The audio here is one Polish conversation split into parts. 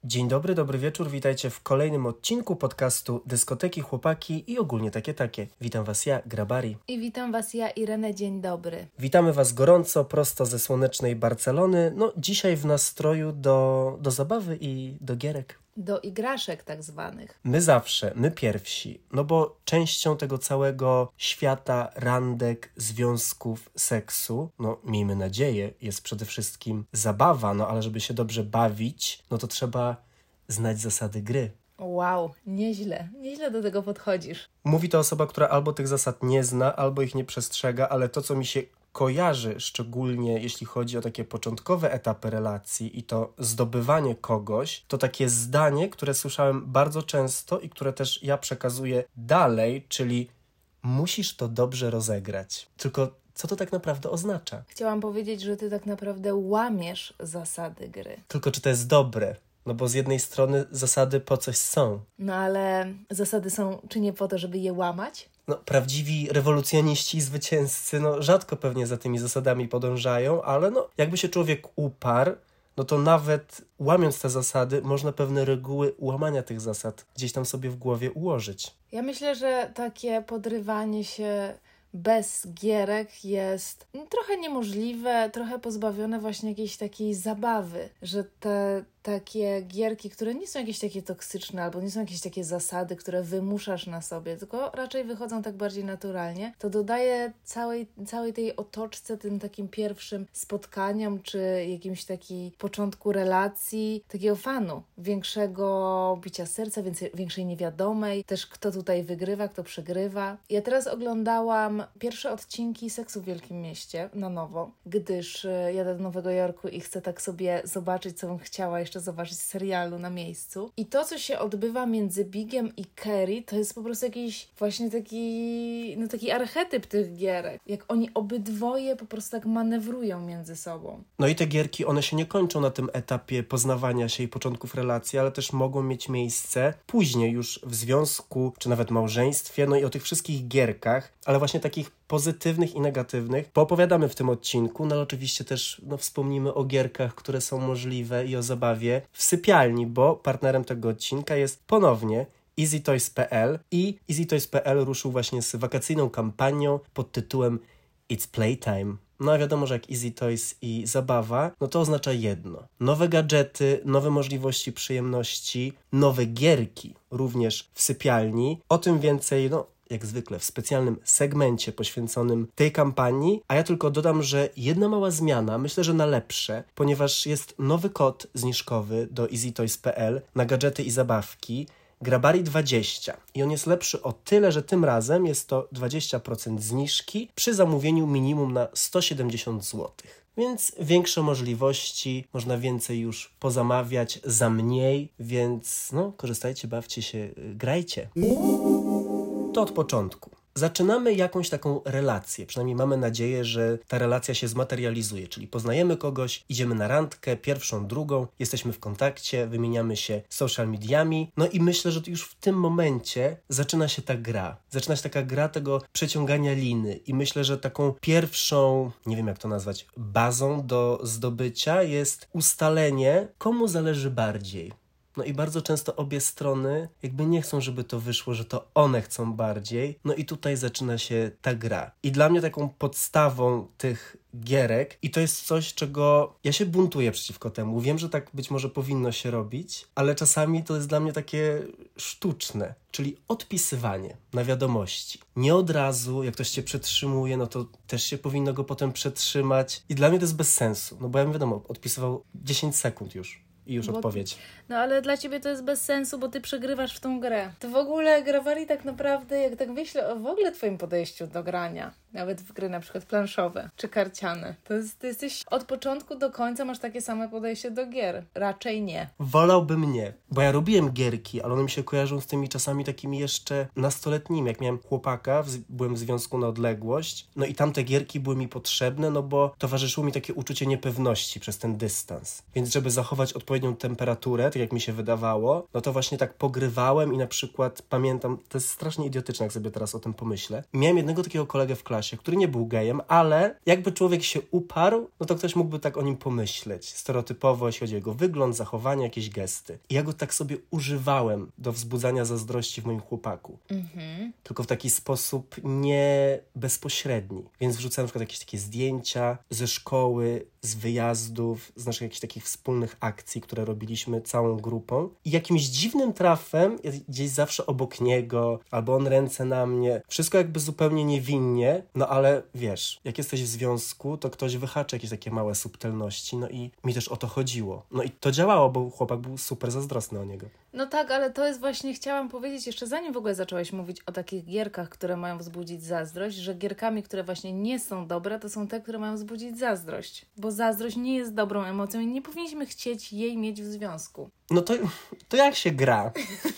Dzień dobry, dobry wieczór, witajcie w kolejnym odcinku podcastu Dyskoteki, Chłopaki i ogólnie takie. Witam was ja, Grabari. I witam was ja, Irene, dzień dobry. Witamy was gorąco, prosto ze słonecznej Barcelony. Dzisiaj w nastroju do zabawy i do gierek. Do igraszek tak zwanych. My pierwsi, bo częścią tego całego świata randek, związków, seksu, miejmy nadzieję, jest przede wszystkim zabawa, ale żeby się dobrze bawić, to trzeba znać zasady gry. Wow, nieźle do tego podchodzisz. Mówi to osoba, która albo tych zasad nie zna, albo ich nie przestrzega, ale to, co mi się kojarzy, szczególnie jeśli chodzi o takie początkowe etapy relacji i to zdobywanie kogoś, to takie zdanie, które słyszałem bardzo często i które też ja przekazuję dalej, czyli musisz to dobrze rozegrać. Tylko co to tak naprawdę oznacza? Chciałam powiedzieć, że ty tak naprawdę łamiesz zasady gry. Tylko czy to jest dobre? Bo z jednej strony zasady po coś są. Ale zasady są czy nie po to, żeby je łamać? Prawdziwi rewolucjoniści i zwycięzcy, rzadko pewnie za tymi zasadami podążają, ale jakby się człowiek uparł, to nawet łamiąc te zasady, można pewne reguły łamania tych zasad gdzieś tam sobie w głowie ułożyć. Ja myślę, że takie podrywanie się bez gierek jest trochę niemożliwe, trochę pozbawione właśnie jakiejś takiej zabawy, że te takie gierki, które nie są jakieś takie toksyczne albo nie są jakieś takie zasady, które wymuszasz na sobie, tylko raczej wychodzą tak bardziej naturalnie, to dodaje całej tej otoczce, tym takim pierwszym spotkaniom czy jakimś takim początku relacji, takiego fanu, większego bicia serca, większej niewiadomej, też kto tutaj wygrywa, kto przegrywa. Ja teraz oglądałam pierwsze odcinki Seksu w Wielkim Mieście na nowo, gdyż jadę do Nowego Jorku i chcę tak sobie zobaczyć, co bym chciała jeszcze zobaczyć z serialu na miejscu. I to, co się odbywa między Bigiem i Kerry, to jest po prostu jakiś właśnie taki archetyp tych gierek. Jak oni obydwoje po prostu tak manewrują między sobą. I te gierki, one się nie kończą na tym etapie poznawania się i początków relacji, ale też mogą mieć miejsce później już w związku, czy nawet małżeństwie, i o tych wszystkich gierkach, ale właśnie takich pozytywnych i negatywnych, poopowiadamy w tym odcinku, ale oczywiście też wspomnimy o gierkach, które są możliwe i o zabawie w sypialni, bo partnerem tego odcinka jest ponownie EasyToys.pl i EasyToys.pl ruszył właśnie z wakacyjną kampanią pod tytułem It's Playtime. A wiadomo, że jak Easy Toys i zabawa, to oznacza jedno. Nowe gadżety, nowe możliwości przyjemności, nowe gierki również w sypialni. O tym więcej, jak zwykle w specjalnym segmencie poświęconym tej kampanii, a ja tylko dodam, że jedna mała zmiana, myślę, że na lepsze, ponieważ jest nowy kod zniżkowy do EasyToys.pl na gadżety i zabawki, Grabari20 i on jest lepszy o tyle, że tym razem jest to 20% zniżki przy zamówieniu minimum na 170 zł. Więc większe możliwości, można więcej już pozamawiać za mniej, więc korzystajcie, bawcie się, grajcie. To od początku. Zaczynamy jakąś taką relację, przynajmniej mamy nadzieję, że ta relacja się zmaterializuje, czyli poznajemy kogoś, idziemy na randkę, pierwszą, drugą, jesteśmy w kontakcie, wymieniamy się social mediami, i myślę, że już w tym momencie zaczyna się ta gra. Zaczyna się taka gra tego przeciągania liny i myślę, że taką pierwszą, nie wiem jak to nazwać, bazą do zdobycia jest ustalenie, komu zależy bardziej. I bardzo często obie strony jakby nie chcą, żeby to wyszło, że to one chcą bardziej. I tutaj zaczyna się ta gra. I dla mnie taką podstawą tych gierek, i to jest coś, czego ja się buntuję przeciwko temu. Wiem, że tak być może powinno się robić, ale czasami to jest dla mnie takie sztuczne, czyli odpisywanie na wiadomości. Nie od razu, jak ktoś cię przetrzymuje, to też się powinno go potem przetrzymać. I dla mnie to jest bez sensu, bo ja bym wiadomo, odpisywał 10 sekund już. I już odpowiedź. Ale dla ciebie to jest bez sensu, bo ty przegrywasz w tą grę. To w ogóle Grabari tak naprawdę, jak tak myślę o w ogóle twoim podejściu do grania, nawet w gry na przykład planszowe czy karciane, ty jesteś od początku do końca masz takie same podejście do gier. Raczej nie. Wolałbym nie, bo ja robiłem gierki, ale one mi się kojarzą z tymi czasami takimi jeszcze nastoletnimi. Jak miałem chłopaka, byłem w związku na odległość, i tamte gierki były mi potrzebne, bo towarzyszyło mi takie uczucie niepewności przez ten dystans. Więc żeby zachować odpowiedź odpowiednią temperaturę, tak jak mi się wydawało, no to właśnie tak pogrywałem i na przykład pamiętam, to jest strasznie idiotyczne, jak sobie teraz o tym pomyślę. Miałem jednego takiego kolegę w klasie, który nie był gejem, ale jakby człowiek się uparł, no to ktoś mógłby tak o nim pomyśleć. Stereotypowo, jeśli chodzi o jego wygląd, zachowanie, jakieś gesty. I ja go tak sobie używałem do wzbudzania zazdrości w moim chłopaku. Tylko w taki sposób nie bezpośredni. Więc wrzucałem na przykład jakieś takie zdjęcia ze szkoły, z wyjazdów, z naszych jakichś takich wspólnych akcji, które robiliśmy całą grupą. I jakimś dziwnym trafem, gdzieś zawsze obok niego, albo on ręce na mnie, wszystko jakby zupełnie niewinnie, no ale wiesz, jak jesteś w związku, to ktoś wyhacza jakieś takie małe subtelności, no i mi też o to chodziło. No i to działało, bo chłopak był super zazdrosny o niego. No tak, ale to jest właśnie, chciałam powiedzieć, jeszcze zanim w ogóle zacząłeś mówić o takich gierkach, które mają wzbudzić zazdrość, że gierkami, które właśnie nie są dobre, to są te, które mają wzbudzić zazdrość. Bo zazdrość nie jest dobrą emocją i nie powinniśmy chcieć jej mieć w związku. No to jak się gra?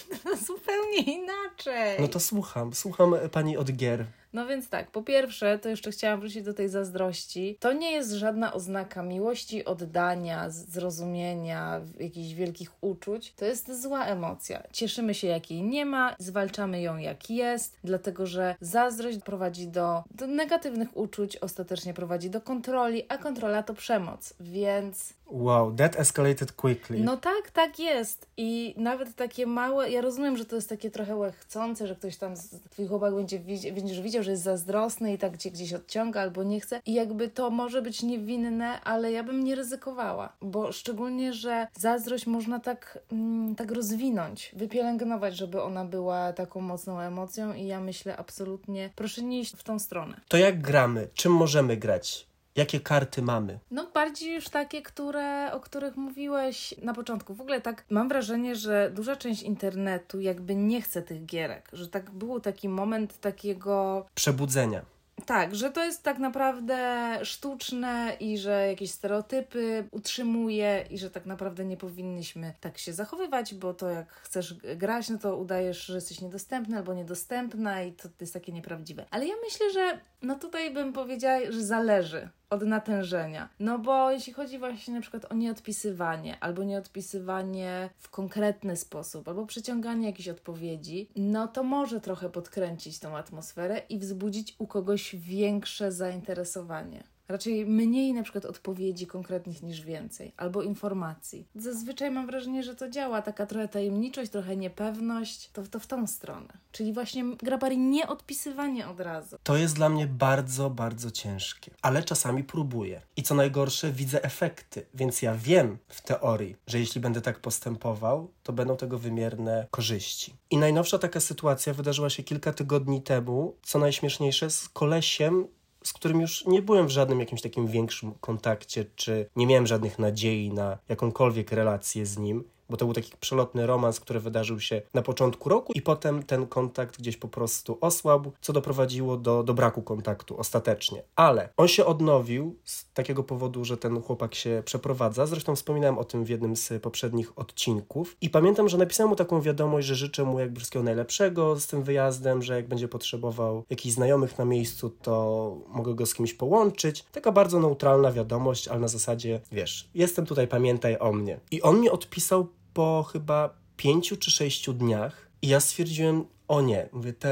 Zupełnie inaczej. No to słucham pani od gier. No więc tak, po pierwsze, to jeszcze chciałam wrócić do tej zazdrości. To nie jest żadna oznaka miłości, oddania, zrozumienia, jakichś wielkich uczuć. To jest zła emocja. Cieszymy się, jak jej nie ma, zwalczamy ją, jak jest, dlatego że zazdrość prowadzi do negatywnych uczuć, ostatecznie prowadzi do kontroli, a kontrola to przemoc, więc... Wow, that escalated quickly. No tak jest. I nawet takie małe, ja rozumiem, że to jest takie trochę łechcące, że ktoś tam, twój chłopak będziesz widział, że jest zazdrosny i tak cię gdzieś odciąga albo nie chce. I jakby to może być niewinne, ale ja bym nie ryzykowała, bo szczególnie, że zazdrość można tak rozwinąć, wypielęgnować, żeby ona była taką mocną emocją i ja myślę absolutnie, proszę nie iść w tą stronę. To jak gramy? Czym możemy grać? Jakie karty mamy? No bardziej już takie, o których mówiłeś na początku. W ogóle tak mam wrażenie, że duża część internetu jakby nie chce tych gierek, że tak był taki moment takiego... Przebudzenia. Tak, że to jest tak naprawdę sztuczne i że jakieś stereotypy utrzymuje i że tak naprawdę nie powinniśmy tak się zachowywać, bo to jak chcesz grać, no to udajesz, że jesteś niedostępny albo niedostępna i to jest takie nieprawdziwe. Ale ja myślę, że no tutaj bym powiedziała, że zależy od natężenia. No bo jeśli chodzi właśnie na przykład o nieodpisywanie albo nieodpisywanie w konkretny sposób albo przyciąganie jakichś odpowiedzi, no to może trochę podkręcić tą atmosferę i wzbudzić u kogoś większe zainteresowanie. Raczej mniej na przykład odpowiedzi konkretnych niż więcej, albo informacji. Zazwyczaj mam wrażenie, że to działa, taka trochę tajemniczość, trochę niepewność, to w tą stronę. Czyli właśnie grabari nie odpisywanie od razu. To jest dla mnie bardzo, bardzo ciężkie, ale czasami próbuję. I co najgorsze, widzę efekty, więc ja wiem w teorii, że jeśli będę tak postępował, to będą tego wymierne korzyści. I najnowsza taka sytuacja wydarzyła się kilka tygodni temu, co najśmieszniejsze, z kolesiem, z którym już nie byłem w żadnym jakimś takim większym kontakcie, czy nie miałem żadnych nadziei na jakąkolwiek relację z nim, bo to był taki przelotny romans, który wydarzył się na początku roku i potem ten kontakt gdzieś po prostu osłabł, co doprowadziło do braku kontaktu ostatecznie. Ale on się odnowił z takiego powodu, że ten chłopak się przeprowadza. Zresztą wspominałem o tym w jednym z poprzednich odcinków i pamiętam, że napisałem mu taką wiadomość, że życzę mu jakby wszystkiego najlepszego z tym wyjazdem, że jak będzie potrzebował jakichś znajomych na miejscu, to mogę go z kimś połączyć. Taka bardzo neutralna wiadomość, ale na zasadzie, wiesz, jestem tutaj, pamiętaj o mnie. I on mi odpisał po chyba 5 czy 6 dniach i ja stwierdziłem, o nie,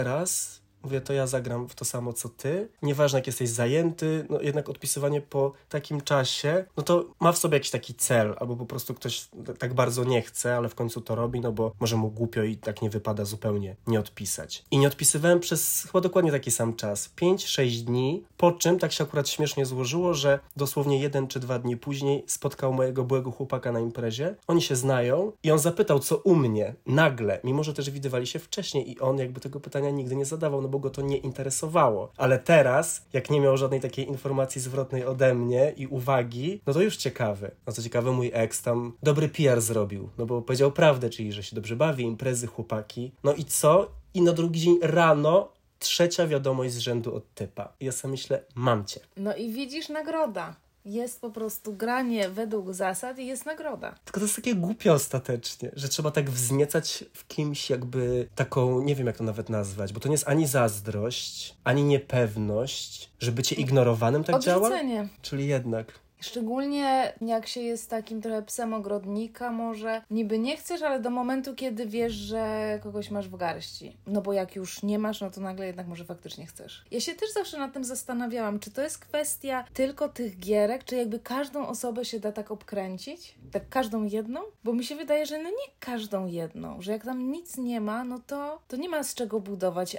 mówię, to ja zagram w to samo co ty, nieważne jak jesteś zajęty, no jednak odpisywanie po takim czasie, no to ma w sobie jakiś taki cel, albo po prostu ktoś tak bardzo nie chce, ale w końcu to robi, no bo może mu głupio i tak nie wypada zupełnie nie odpisać. I nie odpisywałem przez chyba dokładnie taki sam czas, 5-6 dni, po czym tak się akurat śmiesznie złożyło, że dosłownie 1 czy 2 dni później spotkał mojego byłego chłopaka na imprezie, oni się znają i on zapytał, co u mnie, nagle, mimo że też widywali się wcześniej i on jakby tego pytania nigdy nie zadawał, no bo go to nie interesowało. Ale teraz, jak nie miał żadnej takiej informacji zwrotnej ode mnie i uwagi, no to już ciekawe. No co ciekawe, mój ex tam dobry PR zrobił, no bo powiedział prawdę, czyli że się dobrze bawi, imprezy, chłopaki. No i co? I na drugi dzień rano 3. wiadomość z rzędu od typa. I ja sobie myślę, mam cię. No i widzisz, nagroda. Jest po prostu granie według zasad i jest nagroda. Tylko to jest takie głupie ostatecznie, że trzeba tak wzniecać w kimś jakby taką, nie wiem jak to nawet nazwać, bo to nie jest ani zazdrość, ani niepewność, że bycie ignorowanym tak działa. Odrzucenie. Czyli jednak. Szczególnie jak się jest takim trochę psem ogrodnika, może niby nie chcesz, ale do momentu, kiedy wiesz, że kogoś masz w garści. No bo jak już nie masz, no to nagle jednak może faktycznie chcesz. Ja się też zawsze nad tym zastanawiałam, czy to jest kwestia tylko tych gierek, czy jakby każdą osobę się da tak obkręcić? Tak każdą jedną? Bo mi się wydaje, że no nie każdą jedną, że jak tam nic nie ma, no to nie ma z czego budować,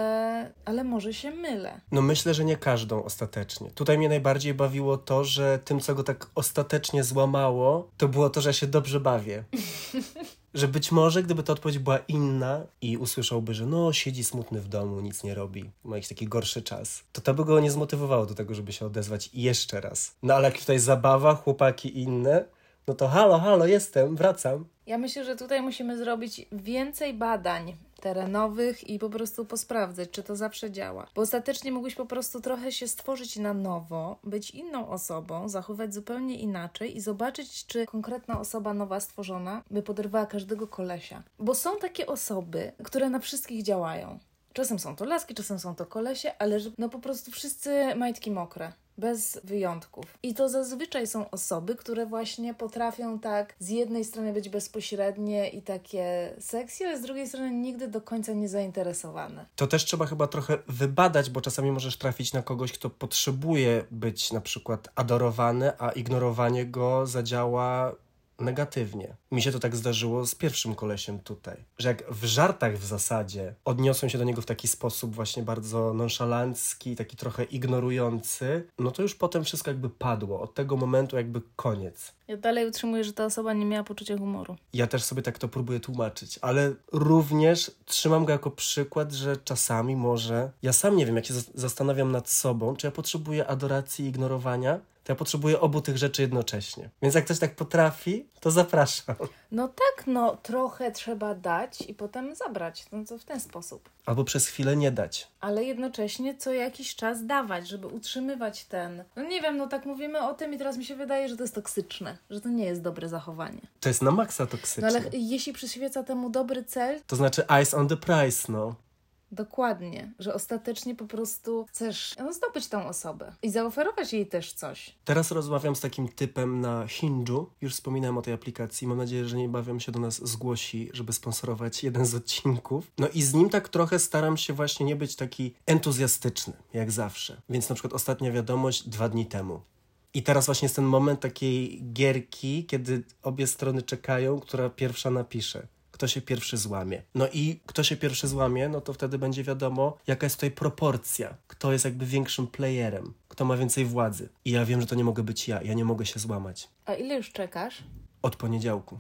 ale może się mylę. No myślę, że nie każdą ostatecznie. Tutaj mnie najbardziej bawiło to, że tym, co go tak ostatecznie złamało, to było to, że ja się dobrze bawię. Że być może, gdyby ta odpowiedź była inna i usłyszałby, że no, siedzi smutny w domu, nic nie robi, ma jakiś taki gorszy czas, to by go nie zmotywowało do tego, żeby się odezwać jeszcze raz. No ale jak tutaj zabawa, chłopaki i inne, no to halo, jestem, wracam. Ja myślę, że tutaj musimy zrobić więcej badań terenowych i po prostu posprawdzać, czy to zawsze działa. Bo ostatecznie mógłbyś po prostu trochę się stworzyć na nowo, być inną osobą, zachować zupełnie inaczej i zobaczyć, czy konkretna osoba nowa stworzona by poderwała każdego kolesia. Bo są takie osoby, które na wszystkich działają. Czasem są to laski, czasem są to kolesie, ale że no po prostu wszyscy majtki mokre. Bez wyjątków. I to zazwyczaj są osoby, które właśnie potrafią tak z jednej strony być bezpośrednie i takie sexy, ale z drugiej strony nigdy do końca nie zainteresowane. To też trzeba chyba trochę wybadać, bo czasami możesz trafić na kogoś, kto potrzebuje być na przykład adorowany, a ignorowanie go zadziała negatywnie. Mi się to tak zdarzyło z pierwszym kolesiem tutaj, że jak w żartach w zasadzie odniosłem się do niego w taki sposób właśnie bardzo nonszalancki, taki trochę ignorujący, no to już potem wszystko jakby padło. Od tego momentu jakby koniec. Ja dalej utrzymuję, że ta osoba nie miała poczucia humoru. Ja też sobie tak to próbuję tłumaczyć, ale również trzymam go jako przykład, że czasami może, ja sam nie wiem, jak się zastanawiam nad sobą, czy ja potrzebuję adoracji i ignorowania, to ja potrzebuję obu tych rzeczy jednocześnie. Więc jak ktoś tak potrafi, to zapraszam. No tak, no trochę trzeba dać i potem zabrać. No to w ten sposób. Albo przez chwilę nie dać. Ale jednocześnie co jakiś czas dawać, żeby utrzymywać ten... No nie wiem, no tak mówimy o tym i teraz mi się wydaje, że to jest toksyczne. Że to nie jest dobre zachowanie. To jest na maksa toksyczne. No ale jeśli przyświeca temu dobry cel... To znaczy eyes on the prize, no. Dokładnie, że ostatecznie po prostu chcesz zdobyć tą osobę i zaoferować jej też coś. Teraz rozmawiam z takim typem na Hinge'u. Już wspominałem o tej aplikacji. Mam nadzieję, że niebawem się do nas zgłosi, żeby sponsorować jeden z odcinków. No i z nim tak trochę staram się właśnie nie być taki entuzjastyczny, jak zawsze. Więc na przykład ostatnia wiadomość 2 dni temu. I teraz właśnie jest ten moment takiej gierki, kiedy obie strony czekają, która pierwsza napisze. Kto się pierwszy złamie. No i kto się pierwszy złamie, no to wtedy będzie wiadomo, jaka jest tutaj proporcja. Kto jest jakby większym playerem. Kto ma więcej władzy. I ja wiem, że to nie mogę być ja. Ja nie mogę się złamać. A ile już czekasz? Od poniedziałku.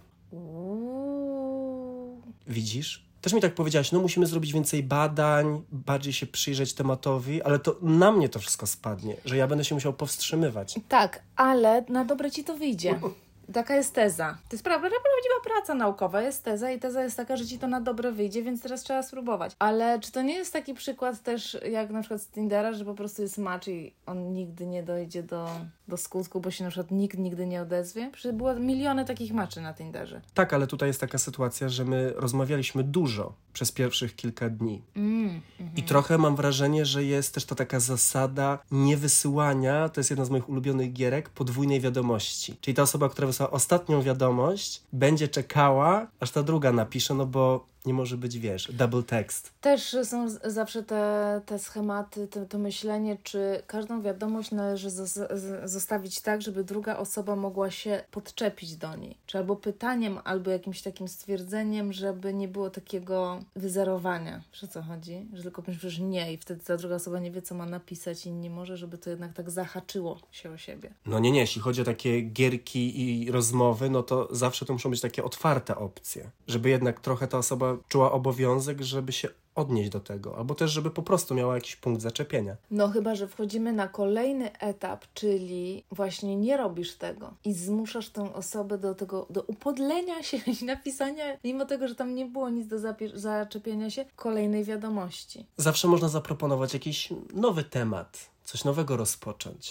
Widzisz? Też mi tak powiedziałaś, no musimy zrobić więcej badań, bardziej się przyjrzeć tematowi, ale to na mnie to wszystko spadnie, że ja będę się musiał powstrzymywać. Tak, ale na dobre ci to wyjdzie. Taka jest teza. To jest prawdziwa praca naukowa, jest teza i teza jest taka, że ci to na dobre wyjdzie, więc teraz trzeba spróbować. Ale czy to nie jest taki przykład też jak na przykład z Tindera, że po prostu jest match i on nigdy nie dojdzie do skutku, bo się na przykład nikt nigdy nie odezwie? Przecież było miliony takich matchy na Tinderze. Tak, ale tutaj jest taka sytuacja, że my rozmawialiśmy dużo przez pierwszych kilka dni. I trochę mam wrażenie, że jest też to taka zasada niewysyłania, to jest jedna z moich ulubionych gierek, podwójnej wiadomości. Czyli ta osoba, która wysłała ostatnią wiadomość, będzie czekała, aż ta druga napisze, no bo nie może być, wiesz, double text. Też są zawsze te schematy, to myślenie, czy każdą wiadomość należy zostawić tak, żeby druga osoba mogła się podczepić do niej. Czy albo pytaniem, albo jakimś takim stwierdzeniem, żeby nie było takiego wyzerowania. Wiesz, o co chodzi? Że tylko piszesz nie i wtedy ta druga osoba nie wie, co ma napisać i nie może, żeby to jednak tak zahaczyło się o siebie. No nie, jeśli chodzi o takie gierki i rozmowy, no to zawsze to muszą być takie otwarte opcje. Żeby jednak trochę ta osoba czuła obowiązek, żeby się odnieść do tego, albo też, żeby po prostu miała jakiś punkt zaczepienia. No chyba, że wchodzimy na kolejny etap, czyli właśnie nie robisz tego i zmuszasz tę osobę do tego, do upodlenia się i napisania, mimo tego, że tam nie było nic do zaczepienia się, kolejnej wiadomości. Zawsze można zaproponować jakiś nowy temat, coś nowego rozpocząć.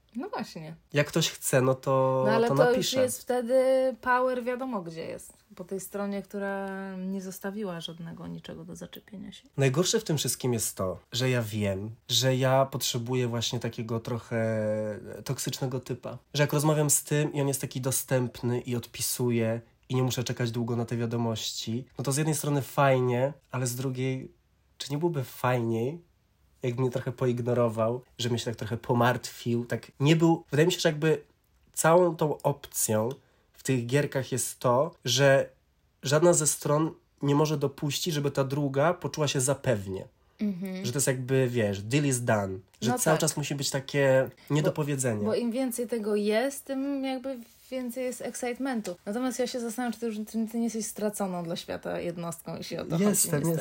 No właśnie. Jak ktoś chce, no to No ale to napisze. już jest wtedy power wiadomo gdzie jest. Po tej stronie, która nie zostawiła żadnego niczego do zaczepienia się. Najgorsze w tym wszystkim jest to, że ja wiem, że ja potrzebuję właśnie takiego trochę toksycznego typa. Że jak rozmawiam z tym i on jest taki dostępny i odpisuje i nie muszę czekać długo na te wiadomości, no to z jednej strony fajnie, ale z drugiej, czy nie byłoby fajniej, jakby mnie trochę poignorował, że mnie się tak trochę pomartwił, tak nie był... Wydaje mi się, że jakby całą tą opcją w tych gierkach jest to, że żadna ze stron nie może dopuścić, żeby ta druga poczuła się zapewnie. Że to jest jakby, wiesz, deal is done. Że No cały tak. czas musi być takie niedopowiedzenie. Bo im więcej tego jest, tym jakby więcej jest excitementu. Natomiast ja się zastanawiam, czy ty nie jesteś straconą dla świata jednostką, jeśli o to chodzi.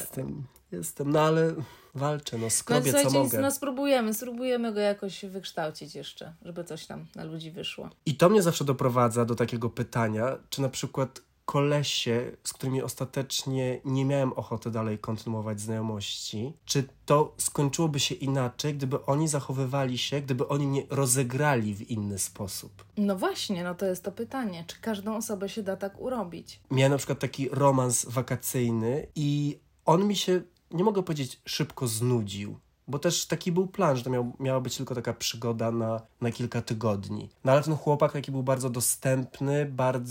Jestem. No ale walczę, skrobię co mogę. No spróbujemy go jakoś wykształcić jeszcze, żeby coś tam na ludzi wyszło. I to mnie zawsze doprowadza do takiego pytania, czy na przykład kolesie, z którymi ostatecznie nie miałem ochoty dalej kontynuować znajomości, czy to skończyłoby się inaczej, gdyby oni zachowywali się, gdyby oni mnie rozegrali w inny sposób? No właśnie, no to jest to pytanie, czy każdą osobę się da tak urobić? Miałem na przykład taki romans wakacyjny i on mi się, nie mogę powiedzieć, szybko znudził. Bo też taki był plan, że to miała być tylko taka przygoda na kilka tygodni. No ale ten chłopak taki był bardzo dostępny,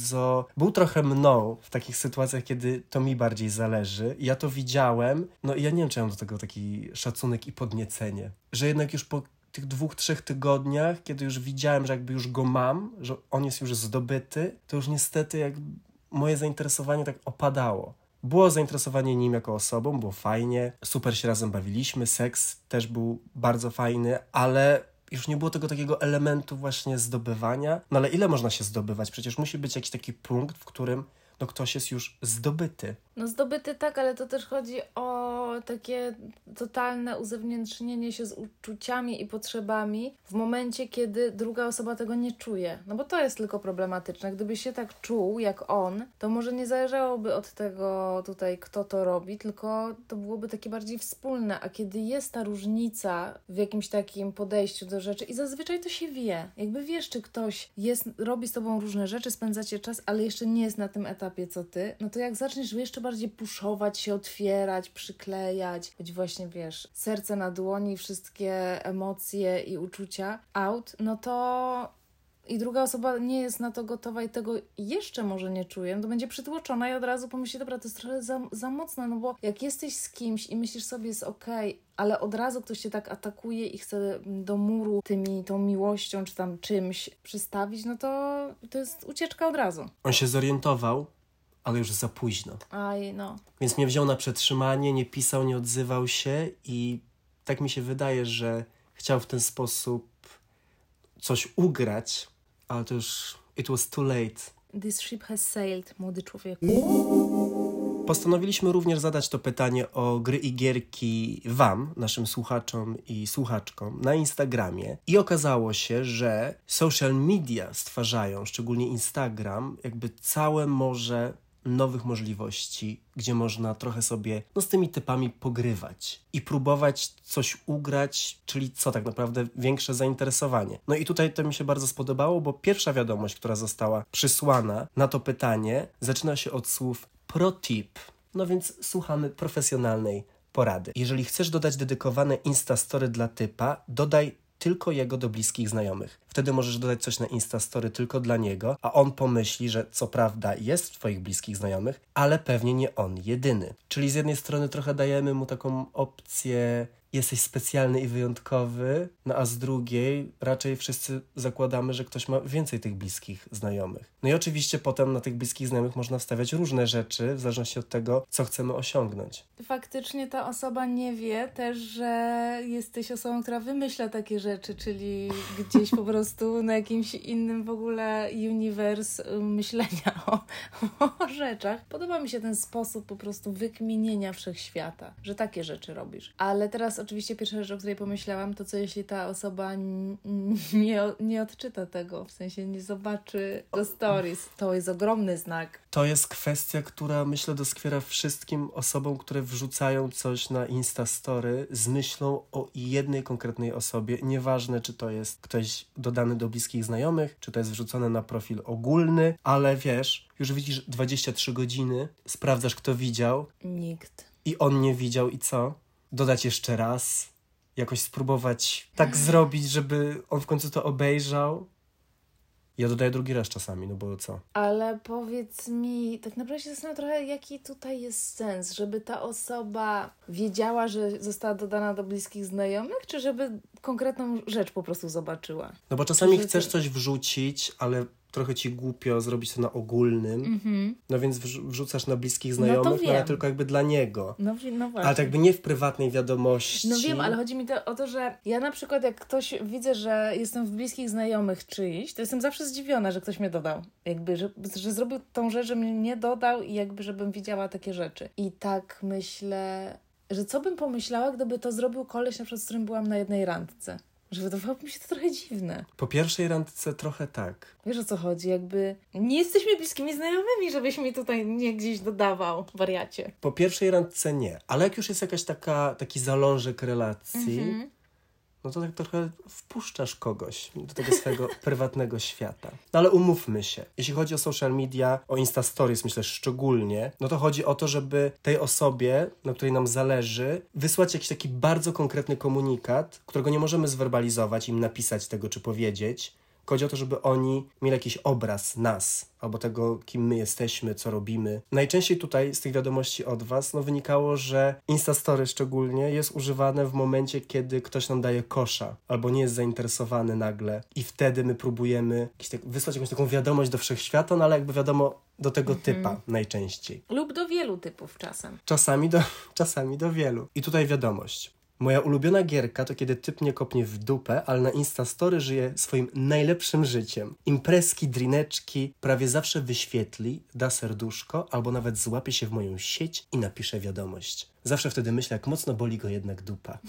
był trochę mną w takich sytuacjach, kiedy to mi bardziej zależy. I ja to widziałem, no i ja nie wiem, czy mam do tego taki szacunek i podniecenie. Że jednak już po tych 2-3 tygodniach, kiedy już widziałem, że jakby już go mam, że on jest już zdobyty, to już niestety jak moje zainteresowanie tak opadało. Było zainteresowanie nim jako osobą, było fajnie, super się razem bawiliśmy, seks też był bardzo fajny, ale już nie było tego takiego elementu właśnie zdobywania. No ale ile można się zdobywać? Przecież musi być jakiś taki punkt, w którym ktoś jest już zdobyty. No zdobyty tak, ale to też chodzi o takie totalne uzewnętrznienie się z uczuciami i potrzebami w momencie, kiedy druga osoba tego nie czuje. No bo to jest tylko problematyczne. Gdyby się tak czuł jak on, to może nie zależałoby od tego tutaj, kto to robi, tylko to byłoby takie bardziej wspólne. A kiedy jest ta różnica w jakimś takim podejściu do rzeczy i zazwyczaj to się wie. Jakby wiesz, czy ktoś robi z tobą różne rzeczy, spędzacie czas, ale jeszcze nie jest na tym etapie, co ty, no to jak zaczniesz jeszcze bardziej puszować się, otwierać, przyklejać, być właśnie, wiesz, serce na dłoni, wszystkie emocje i uczucia out, no to i druga osoba nie jest na to gotowa i tego jeszcze może nie czuje, no to będzie przytłoczona i od razu pomyśli, dobra, to jest trochę za mocno, no bo jak jesteś z kimś i myślisz sobie, jest okej, ale od razu ktoś cię tak atakuje i chce do muru tą miłością czy tam czymś przystawić, no to jest ucieczka od razu. On się zorientował, ale już za późno. Aj, no. Więc mnie wziął na przetrzymanie, nie pisał, nie odzywał się i tak mi się wydaje, że chciał w ten sposób coś ugrać, ale to już it was too late. This ship has sailed, młody człowieku. Postanowiliśmy również zadać to pytanie o gry i gierki wam, naszym słuchaczom i słuchaczkom, na Instagramie. I okazało się, że social media stwarzają, szczególnie Instagram, jakby całe morze nowych możliwości, gdzie można trochę sobie z tymi typami pogrywać i próbować coś ugrać, czyli co tak naprawdę większe zainteresowanie. No i tutaj to mi się bardzo spodobało, bo pierwsza wiadomość, która została przysłana na to pytanie, zaczyna się od słów pro tip. No więc słuchamy profesjonalnej porady. Jeżeli chcesz dodać dedykowane Instastory dla typa, dodaj tylko jego do bliskich znajomych. Wtedy możesz dodać coś na Instastory tylko dla niego, a on pomyśli, że co prawda jest w twoich bliskich znajomych, ale pewnie nie on jedyny. Czyli z jednej strony trochę dajemy mu taką opcję jesteś specjalny i wyjątkowy, no a z drugiej raczej wszyscy zakładamy, że ktoś ma więcej tych bliskich znajomych. No i oczywiście potem na tych bliskich znajomych można wstawiać różne rzeczy, w zależności od tego, co chcemy osiągnąć. Faktycznie ta osoba nie wie też, że jesteś osobą, która wymyśla takie rzeczy, czyli gdzieś po prostu na jakimś innym w ogóle uniwers myślenia o rzeczach. Podoba mi się ten sposób po prostu wykminienia wszechświata, że takie rzeczy robisz. Ale teraz Natomiast oczywiście pierwsza rzecz, o której pomyślałam, to co jeśli ta osoba nie odczyta tego, w sensie nie zobaczy do stories. To jest ogromny znak. To jest kwestia, która myślę doskwiera wszystkim osobom, które wrzucają coś na Instastory z myślą o jednej konkretnej osobie. Nieważne, czy to jest ktoś dodany do bliskich znajomych, czy to jest wrzucone na profil ogólny, ale wiesz, już widzisz 23 godziny, sprawdzasz, kto widział. Nikt. I on nie widział i co? Dodać jeszcze raz? Jakoś spróbować tak zrobić, żeby on w końcu to obejrzał? Ja dodaję drugi raz czasami, no bo co? Ale powiedz mi, tak naprawdę się zastanawiam trochę, jaki tutaj jest sens, żeby ta osoba wiedziała, że została dodana do bliskich znajomych, czy żeby konkretną rzecz po prostu zobaczyła? No bo czasami chcesz coś wrzucić, ale trochę ci głupio zrobić to na ogólnym, no więc wrzucasz na bliskich znajomych, no ale tylko jakby dla niego. No właśnie. Ale tak jakby nie w prywatnej wiadomości. No wiem, ale chodzi mi o to, że ja na przykład jak ktoś widzę, że jestem w bliskich znajomych czyjś, to jestem zawsze zdziwiona, że ktoś mnie dodał. Jakby, że zrobił tą rzecz, że mnie nie dodał i jakby, żebym widziała takie rzeczy. I tak myślę, że co bym pomyślała, gdyby to zrobił koleś, na przykład z którym byłam na jednej randce. Że wydawało mi się to trochę dziwne. Po pierwszej randce trochę tak. Wiesz o co chodzi? Jakby nie jesteśmy bliskimi znajomymi, żebyś mi tutaj nie gdzieś dodawał, wariacie. Po pierwszej randce nie. Ale jak już jest jakaś taki zalążek relacji, no to tak trochę wpuszczasz kogoś do tego swojego prywatnego świata. No ale umówmy się. Jeśli chodzi o social media, o Insta Stories myślę szczególnie, no to chodzi o to, żeby tej osobie, na której nam zależy, wysłać jakiś taki bardzo konkretny komunikat, którego nie możemy zwerbalizować, im napisać tego czy powiedzieć. Chodzi o to, żeby oni mieli jakiś obraz nas, albo tego, kim my jesteśmy, co robimy. Najczęściej tutaj z tych wiadomości od was wynikało, że Instastory szczególnie jest używane w momencie, kiedy ktoś nam daje kosza, albo nie jest zainteresowany nagle i wtedy my próbujemy wysłać jakąś taką wiadomość do wszechświata, no ale jakby wiadomo do tego typa najczęściej. Lub do wielu typów czasem. Czasami do wielu. I tutaj wiadomość. Moja ulubiona gierka to kiedy typ mnie kopnie w dupę, ale na Instastory żyje swoim najlepszym życiem. Imprezki, drineczki, prawie zawsze wyświetli, da serduszko albo nawet złapie się w moją sieć i napisze wiadomość. Zawsze wtedy myślę, jak mocno boli go jednak dupa.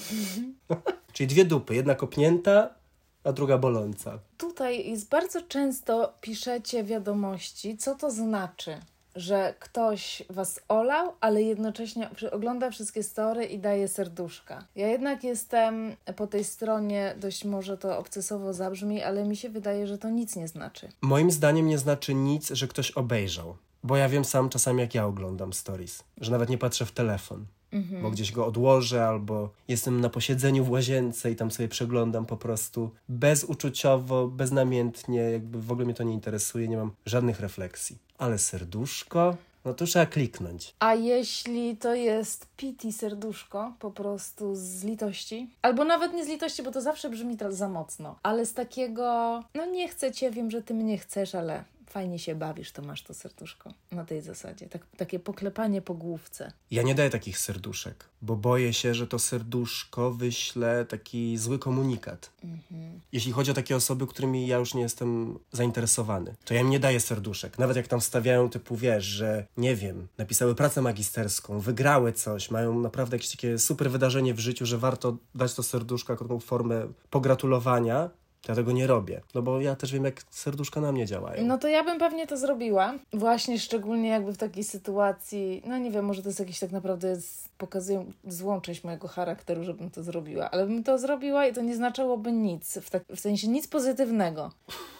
Czyli dwie dupy, jedna kopnięta, a druga boląca. Tutaj jest bardzo często piszecie wiadomości, co to znaczy, że ktoś was olał, ale jednocześnie ogląda wszystkie story i daje serduszka. Ja jednak jestem po tej stronie, dość może to obcesowo zabrzmi, ale mi się wydaje, że to nic nie znaczy. Moim zdaniem nie znaczy nic, że ktoś obejrzał. Bo ja wiem sam czasami, jak ja oglądam stories, że nawet nie patrzę w telefon. Bo gdzieś go odłożę, albo jestem na posiedzeniu w łazience i tam sobie przeglądam po prostu bezuczuciowo, beznamiętnie, jakby w ogóle mnie to nie interesuje, nie mam żadnych refleksji. Ale serduszko, no to trzeba kliknąć. A jeśli to jest pity serduszko, po prostu z litości, albo nawet nie z litości, bo to zawsze brzmi za mocno, ale z takiego, no nie chcę cię, wiem, że ty mnie chcesz, ale fajnie się bawisz, to masz to serduszko. Na tej zasadzie. Takie poklepanie po główce. Ja nie daję takich serduszek, bo boję się, że to serduszko wyśle taki zły komunikat. Jeśli chodzi o takie osoby, którymi ja już nie jestem zainteresowany, to ja im nie daję serduszek. Nawet jak tam wstawiają typu, wiesz, że nie wiem, napisały pracę magisterską, wygrały coś, mają naprawdę jakieś takie super wydarzenie w życiu, że warto dać to serduszko jako taką formę pogratulowania, to ja tego nie robię. No bo ja też wiem, jak serduszka na mnie działają. No to ja bym pewnie to zrobiła. Właśnie szczególnie jakby w takiej sytuacji, no nie wiem, może to jest jakiś tak naprawdę pokazuje złą część mojego charakteru, żebym to zrobiła. Ale bym to zrobiła i to nie znaczyłoby nic. W sensie nic pozytywnego.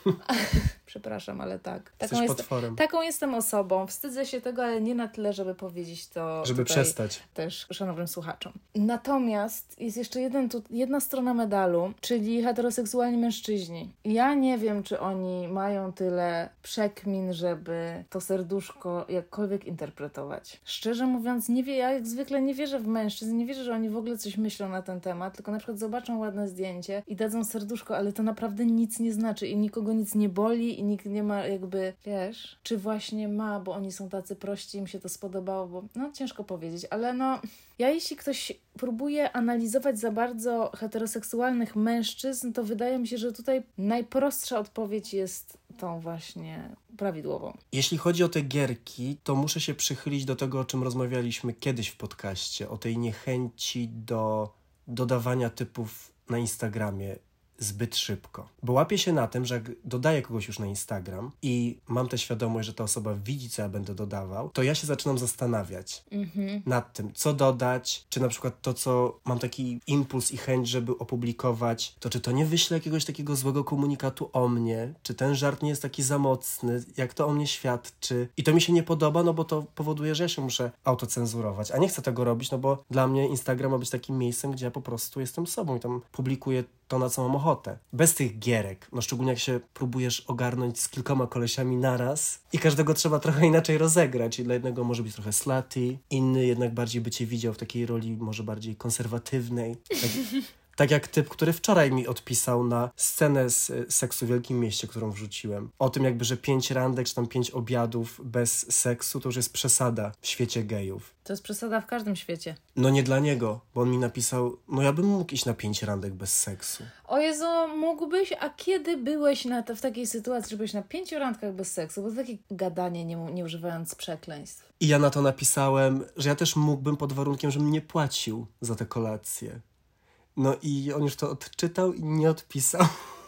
Przepraszam, ale tak. Jesteś potworem. Taką jestem osobą. Wstydzę się tego, ale nie na tyle, żeby powiedzieć to żeby przestać. Też szanownym słuchaczom. Natomiast jest jeszcze jedna strona medalu, czyli heteroseksualni mężczyźni. Ja nie wiem, czy oni mają tyle przekmin, żeby to serduszko jakkolwiek interpretować. Szczerze mówiąc, ja jak zwykle nie wierzę w mężczyzn, nie wierzę, że oni w ogóle coś myślą na ten temat, tylko na przykład zobaczą ładne zdjęcie i dadzą serduszko, ale to naprawdę nic nie znaczy i nikogo nic nie boli i nikt nie ma jakby, wiesz, czy właśnie ma, bo oni są tacy prości, im się to spodobało, bo no ciężko powiedzieć, ale no ja jeśli ktoś próbuje analizować za bardzo heteroseksualnych mężczyzn, to wydaje mi się, że tutaj najprostsza odpowiedź jest tą właśnie prawidłową. Jeśli chodzi o te gierki, to muszę się przychylić do tego, o czym rozmawialiśmy kiedyś w podcaście, o tej niechęci do dodawania typów na Instagramie zbyt szybko. Bo łapię się na tym, że jak dodaję kogoś już na Instagram i mam tę świadomość, że ta osoba widzi, co ja będę dodawał, to ja się zaczynam zastanawiać nad tym, co dodać, czy na przykład to, co mam taki impuls i chęć, żeby opublikować, to czy to nie wyśle jakiegoś takiego złego komunikatu o mnie, czy ten żart nie jest taki za mocny, jak to o mnie świadczy. I to mi się nie podoba, no bo to powoduje, że ja się muszę autocenzurować, a nie chcę tego robić, no bo dla mnie Instagram ma być takim miejscem, gdzie ja po prostu jestem sobą i tam publikuję to, na co mam ochotę. Bez tych gierek, no szczególnie jak się próbujesz ogarnąć z kilkoma kolesiami naraz i każdego trzeba trochę inaczej rozegrać i dla jednego może być trochę slutty, inny jednak bardziej by cię widział w takiej roli może bardziej konserwatywnej. Tak jak typ, który wczoraj mi odpisał na scenę z Seksu w Wielkim Mieście, którą wrzuciłem. O tym jakby, że 5 randek czy tam 5 obiadów bez seksu to już jest przesada w świecie gejów. To jest przesada w każdym świecie. No nie dla niego, bo on mi napisał, no ja bym mógł iść na 5 randek bez seksu. O Jezu, mógłbyś? A kiedy byłeś w takiej sytuacji, że byłeś na 5 randkach bez seksu? Bo to takie gadanie, nie używając przekleństw. I ja na to napisałem, że ja też mógłbym pod warunkiem, żebym nie płacił za te kolacje. No i on już to odczytał i nie odpisał.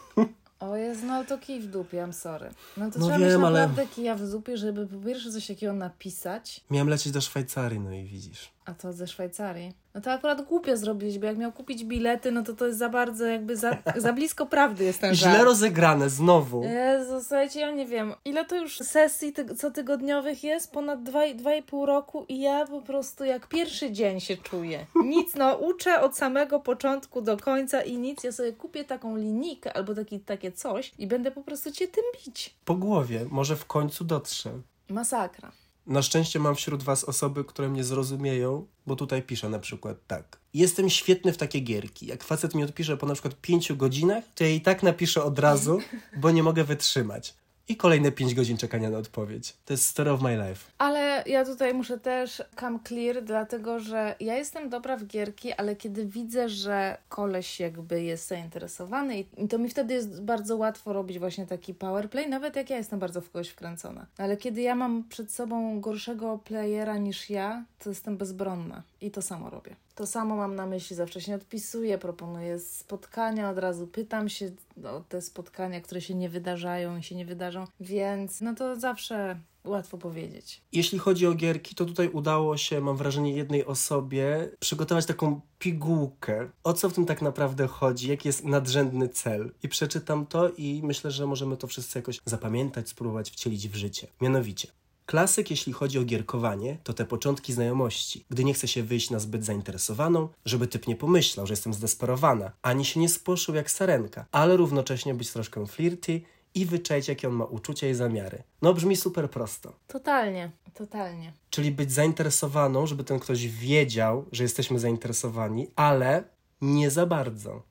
O Jezu, no to kij w dupie, I'm sorry. No to No trzeba wiem, mieć ale- naprawdę kija w dupie, żeby po pierwsze coś takiego napisać, Miałem lecieć do Szwajcarii, no i widzisz. a to ze Szwajcarii. No to akurat głupio zrobiliś, bo jak miał kupić bilety, no to jest za bardzo jakby za blisko prawdy jest ten żart. Źle rozegrane, znowu. Jezu, słuchajcie, ja nie wiem, ile to już sesji cotygodniowych jest? Ponad 2,5 roku i ja po prostu jak pierwszy dzień się czuję. Nic, no uczę od samego początku do końca i nic. Ja sobie kupię taką linijkę albo takie coś i będę po prostu cię tym bić. Po głowie, może w końcu dotrze. Masakra. Na szczęście mam wśród was osoby, które mnie zrozumieją, bo tutaj piszę na przykład tak. Jestem świetny w takie gierki. Jak facet mi odpisze po na przykład 5 godzinach, to ja i tak napiszę od razu, bo nie mogę wytrzymać. I kolejne 5 godzin czekania na odpowiedź. To jest story of my life. Ale ja tutaj muszę też come clear, dlatego że ja jestem dobra w gierki, ale kiedy widzę, że koleś jakby jest zainteresowany i to mi wtedy jest bardzo łatwo robić właśnie taki powerplay, nawet jak ja jestem bardzo w kogoś wkręcona. Ale kiedy ja mam przed sobą gorszego playera niż ja, to jestem bezbronna i to samo robię. To samo mam na myśli, za wcześnie odpisuję, proponuję spotkania, od razu pytam się o te spotkania, które się nie wydarzają i się nie wydarzą, więc no to zawsze łatwo powiedzieć. Jeśli chodzi o gierki, to tutaj udało się, mam wrażenie, jednej osobie przygotować taką pigułkę. O co w tym tak naprawdę chodzi? Jaki jest nadrzędny cel? I przeczytam to i myślę, że możemy to wszyscy jakoś zapamiętać, spróbować wcielić w życie. Mianowicie, klasyk, jeśli chodzi o gierkowanie, to te początki znajomości. Gdy nie chce się wyjść na zbyt zainteresowaną, żeby typ nie pomyślał, że jestem zdesperowana, ani się nie spłoszył jak sarenka, ale równocześnie być troszkę flirty i wyczaić, jakie on ma uczucia i zamiary. No brzmi super prosto. Totalnie, totalnie. Czyli być zainteresowaną, żeby ten ktoś wiedział, że jesteśmy zainteresowani, ale nie za bardzo.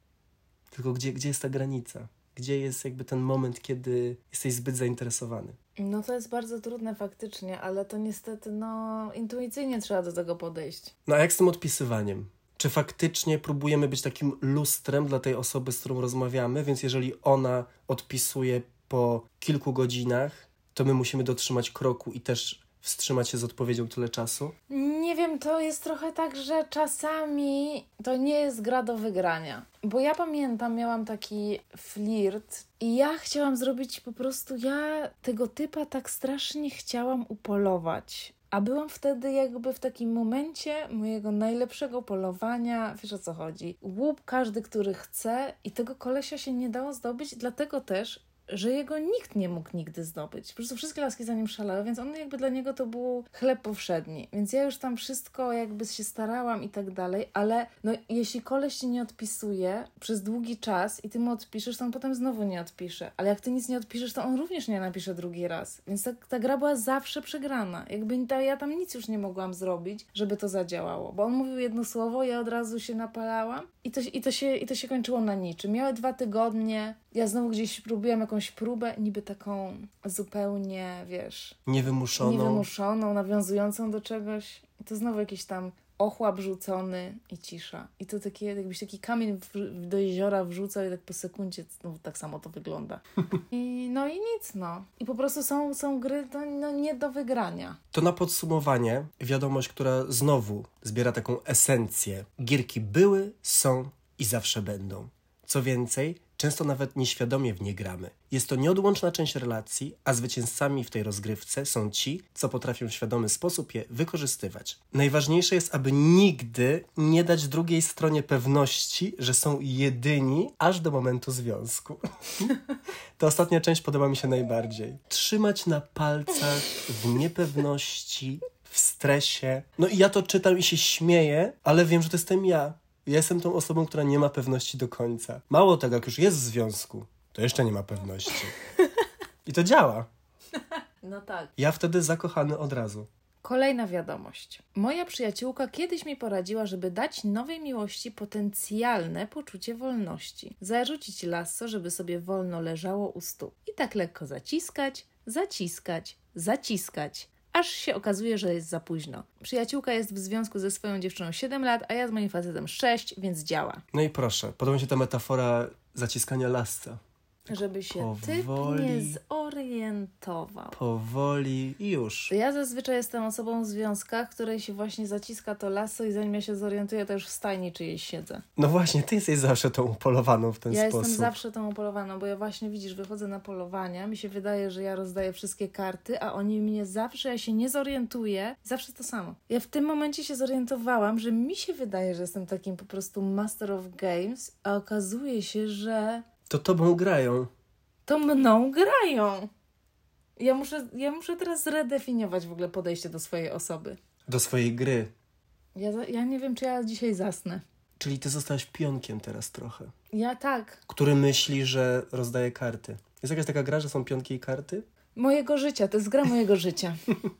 Tylko gdzie jest ta granica? Gdzie jest jakby ten moment, kiedy jesteś zbyt zainteresowany? No to jest bardzo trudne faktycznie, ale to niestety, intuicyjnie trzeba do tego podejść. No a jak z tym odpisywaniem? Czy faktycznie próbujemy być takim lustrem dla tej osoby, z którą rozmawiamy, więc jeżeli ona odpisuje po kilku godzinach, to my musimy dotrzymać kroku i też wstrzymać się z odpowiedzią tyle czasu? Nie wiem, to jest trochę tak, że czasami to nie jest gra do wygrania. Bo ja pamiętam, miałam taki flirt i ja chciałam zrobić po prostu, ja tego typa tak strasznie chciałam upolować. A byłam wtedy jakby w takim momencie mojego najlepszego polowania, wiesz o co chodzi. Łup każdy, który chce i tego kolesia się nie dało zdobyć, dlatego też, że jego nikt nie mógł nigdy zdobyć. Po prostu wszystkie laski za nim szalały, więc on jakby dla niego to był chleb powszedni. Więc ja już tam wszystko jakby się starałam i tak dalej, ale jeśli koleś ci nie odpisuje przez długi czas i ty mu odpiszesz, to on potem znowu nie odpisze. Ale jak ty nic nie odpiszesz, to on również nie napisze drugi raz. Więc ta gra była zawsze przegrana. Jakby ja tam nic już nie mogłam zrobić, żeby to zadziałało. Bo on mówił jedno słowo, ja od razu się napalałam i to się kończyło na niczym. Miały 2 tygodnie, ja znowu gdzieś próbujemy jakąś próbę, niby taką zupełnie, wiesz... Niewymuszoną, nawiązującą do czegoś. I to znowu jakieś tam ochłap rzucony i cisza. I to takie, jakbyś taki kamień do jeziora wrzucał i tak po sekundzie, no tak samo to wygląda. I nic. I po prostu są gry nie do wygrania. To na podsumowanie wiadomość, która znowu zbiera taką esencję. Gierki były, są i zawsze będą. Co więcej, często nawet nieświadomie w nie gramy. Jest to nieodłączna część relacji, a zwycięzcami w tej rozgrywce są ci, co potrafią w świadomy sposób je wykorzystywać. Najważniejsze jest, aby nigdy nie dać drugiej stronie pewności, że są jedyni aż do momentu związku. Ta ostatnia część podoba mi się najbardziej. Trzymać na palcach w niepewności, w stresie. No i ja to czytam i się śmieję, ale wiem, że to jestem ja. Ja jestem tą osobą, która nie ma pewności do końca. Mało tego, jak już jest w związku, to jeszcze nie ma pewności. I to działa. No tak. Ja wtedy zakochany od razu. Kolejna wiadomość. Moja przyjaciółka kiedyś mi poradziła, żeby dać nowej miłości potencjalne poczucie wolności. Zarzucić lasso, żeby sobie wolno leżało u stóp. I tak lekko zaciskać. Aż się okazuje, że jest za późno. Przyjaciółka jest w związku ze swoją dziewczyną 7 lat, a ja z moim facetem 6, więc działa. No i proszę, podoba mi się ta metafora zaciskania lassa. Żeby się powoli, typ nie zorientował. Powoli i już. Ja zazwyczaj jestem osobą w związkach, której się właśnie zaciska to lasso i zanim ja się zorientuję, to już w stajni czyjejś siedzę. No właśnie, ty jesteś zawsze tą upolowaną w ten sposób. Ja jestem zawsze tą upolowaną, bo ja właśnie, widzisz, wychodzę na polowania, mi się wydaje, że ja rozdaję wszystkie karty, a oni mnie zawsze, ja się nie zorientuję, zawsze to samo. Ja w tym momencie się zorientowałam, że mi się wydaje, że jestem takim po prostu master of games, a okazuje się, że to tobą grają. To mną grają. Ja muszę teraz zredefiniować w ogóle podejście do swojej osoby. Do swojej gry. Ja nie wiem, czy ja dzisiaj zasnę. Czyli ty zostałaś pionkiem teraz trochę. Ja tak. Który myśli, że rozdaje karty. Jest jakaś taka gra, że są pionki i karty? Mojego życia, to jest gra mojego życia.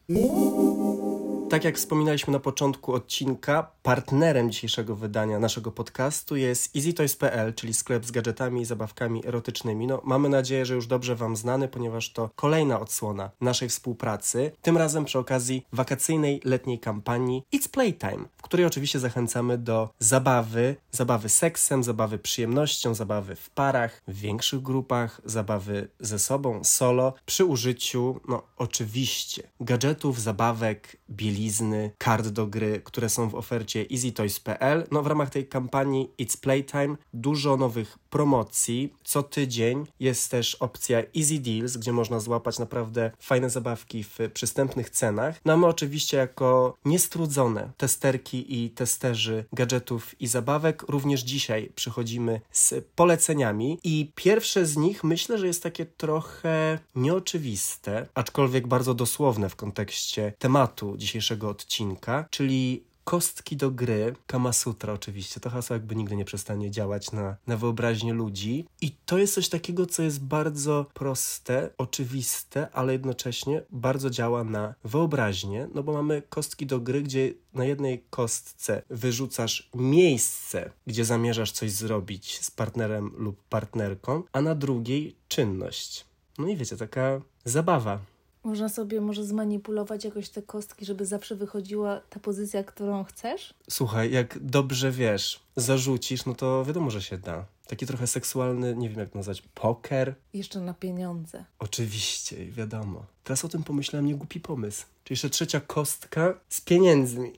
Tak jak wspominaliśmy na początku odcinka, partnerem dzisiejszego wydania naszego podcastu jest EasyToys.pl, czyli sklep z gadżetami i zabawkami erotycznymi. No, mamy nadzieję, że już dobrze wam znany, ponieważ to kolejna odsłona naszej współpracy. Tym razem przy okazji wakacyjnej letniej kampanii It's Playtime, w której oczywiście zachęcamy do zabawy seksem, zabawy przyjemnością, zabawy w parach, w większych grupach, zabawy ze sobą, solo, przy użyciu, oczywiście, gadżetów, zabawek, bielizny, kart do gry, które są w ofercie EasyToys.pl. W ramach tej kampanii It's Playtime dużo nowych promocji. Co tydzień jest też opcja Easy Deals, gdzie można złapać naprawdę fajne zabawki w przystępnych cenach. My oczywiście jako niestrudzone testerki i testerzy gadżetów i zabawek również dzisiaj przychodzimy z poleceniami i pierwsze z nich myślę, że jest takie trochę nieoczywiste, aczkolwiek bardzo dosłowne w kontekście tematu dzisiejszego odcinka, czyli kostki do gry, Kama Sutra oczywiście, to hasło jakby nigdy nie przestanie działać na wyobraźnię ludzi i to jest coś takiego, co jest bardzo proste, oczywiste, ale jednocześnie bardzo działa na wyobraźnię, bo mamy kostki do gry, gdzie na jednej kostce wyrzucasz miejsce, gdzie zamierzasz coś zrobić z partnerem lub partnerką, a na drugiej czynność. I wiecie, taka zabawa. Można sobie może zmanipulować jakoś te kostki, żeby zawsze wychodziła ta pozycja, którą chcesz? Słuchaj, jak dobrze wiesz, zarzucisz, to wiadomo, że się da. Taki trochę seksualny, nie wiem jak nazwać, poker. Jeszcze na pieniądze. Oczywiście, wiadomo. Teraz o tym pomyślałem, nie głupi pomysł. Czyli jeszcze trzecia kostka z pieniędzmi.